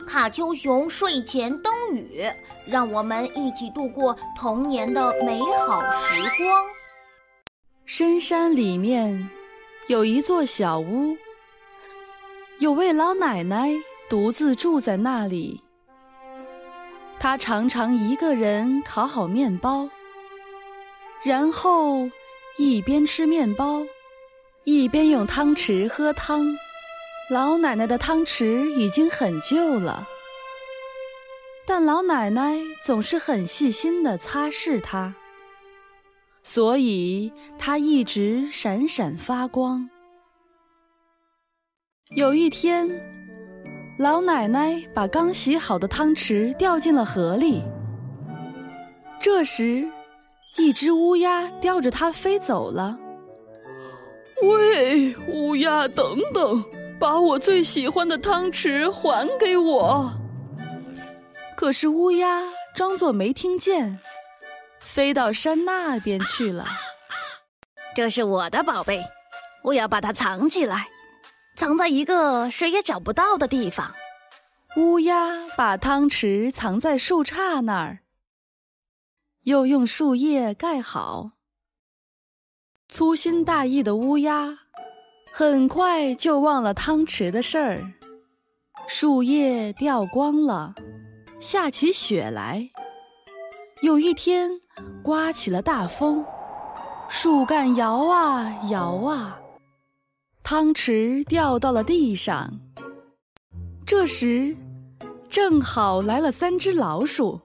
卡丘熊睡前灯语，让我们一起度过童年的美好时光。 深山里面有一座小屋，有位老奶奶独自住在那里。她常常一个人烤好面包，然后一边吃面包，一边用汤匙喝汤。老奶奶的汤匙已经很旧了，但老奶奶总是很细心地擦拭它，所以它一直闪闪发光。有一天，老奶奶把刚洗好的汤匙掉进了河里。这时，一只乌鸦叼着它飞走了。喂，乌鸦，等等，把我最喜欢的汤匙还给我！可是乌鸦装作没听见，飞到山那边去了。 这是我的宝贝，我要把它藏起来，藏在一个谁也找不到的地方。 乌鸦把汤匙藏在树杈那儿，又用树叶盖好。粗心大意的乌鸦很快就忘了汤匙的事儿。树叶掉光了，下起雪来。有一天，刮起了大风，树干摇啊摇啊，汤匙掉到了地上。这时，正好来了3只老鼠。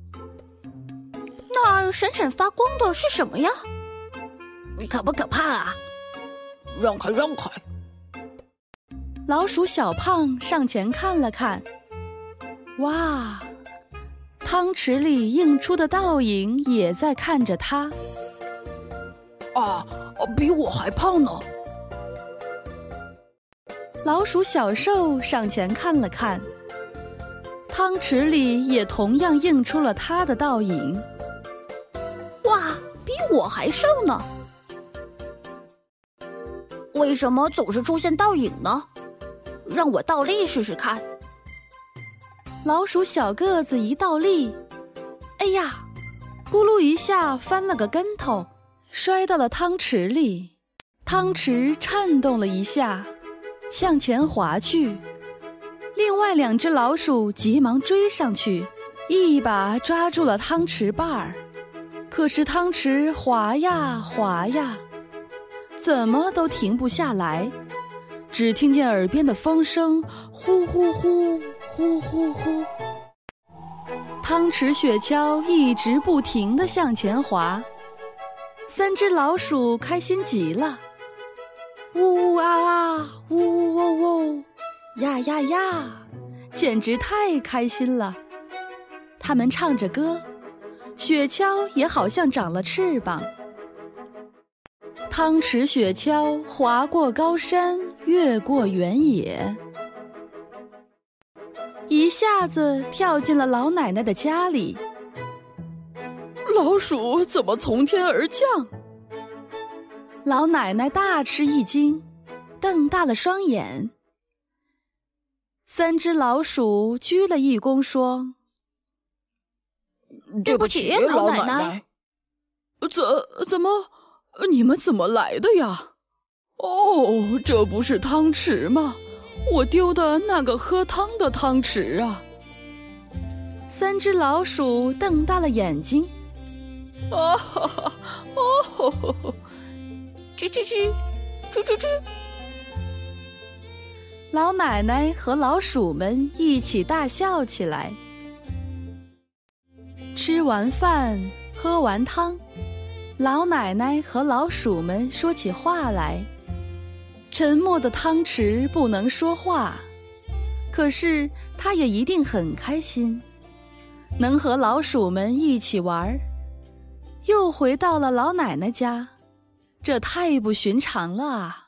那闪闪发光的是什么呀？可不可怕啊？ 让开让开！ 老鼠小胖上前看了看，哇，汤匙里映出的倒影也在看着他。 比我还胖呢！ 老鼠小瘦上前看了看，汤匙里也同样映出了他的倒影。 哇，比我还瘦呢！为什么总是出现倒影呢？让我倒立试试看。 老鼠小个子一倒立，哎呀，咕噜一下翻了个跟头，摔到了汤匙里。汤匙颤动了一下，向前滑去。另外2只老鼠急忙追上去，一把抓住了汤匙把儿。可是汤匙滑呀滑呀，怎么都停不下来，只听见耳边的风声呼呼呼呼呼呼。汤匙雪橇一直不停地向前滑，3只老鼠开心极了，呜呜啊啊，呜呜喔喔，呀呀呀，简直太开心了。他们唱着歌，雪橇也好像长了翅膀。汤匙雪橇滑过高山，越过原野，一下子跳进了老奶奶的家里。老鼠怎么从天而降？老奶奶大吃一惊，瞪大了双眼。3只老鼠鞠了一躬说： 对不起，老奶奶。 怎么？你们怎么来的呀？哦，这不是汤匙吗？我丢的那个喝汤的汤匙啊！3只老鼠瞪大了眼睛。啊哈哈！哦， 吱吱吱，吱吱吱。 老奶奶和老鼠们一起大笑起来。吃完饭，喝完汤，老奶奶和老鼠们说起话来。沉默的汤匙不能说话，可是它也一定很开心，能和老鼠们一起玩。又回到了老奶奶家，这太不寻常了啊！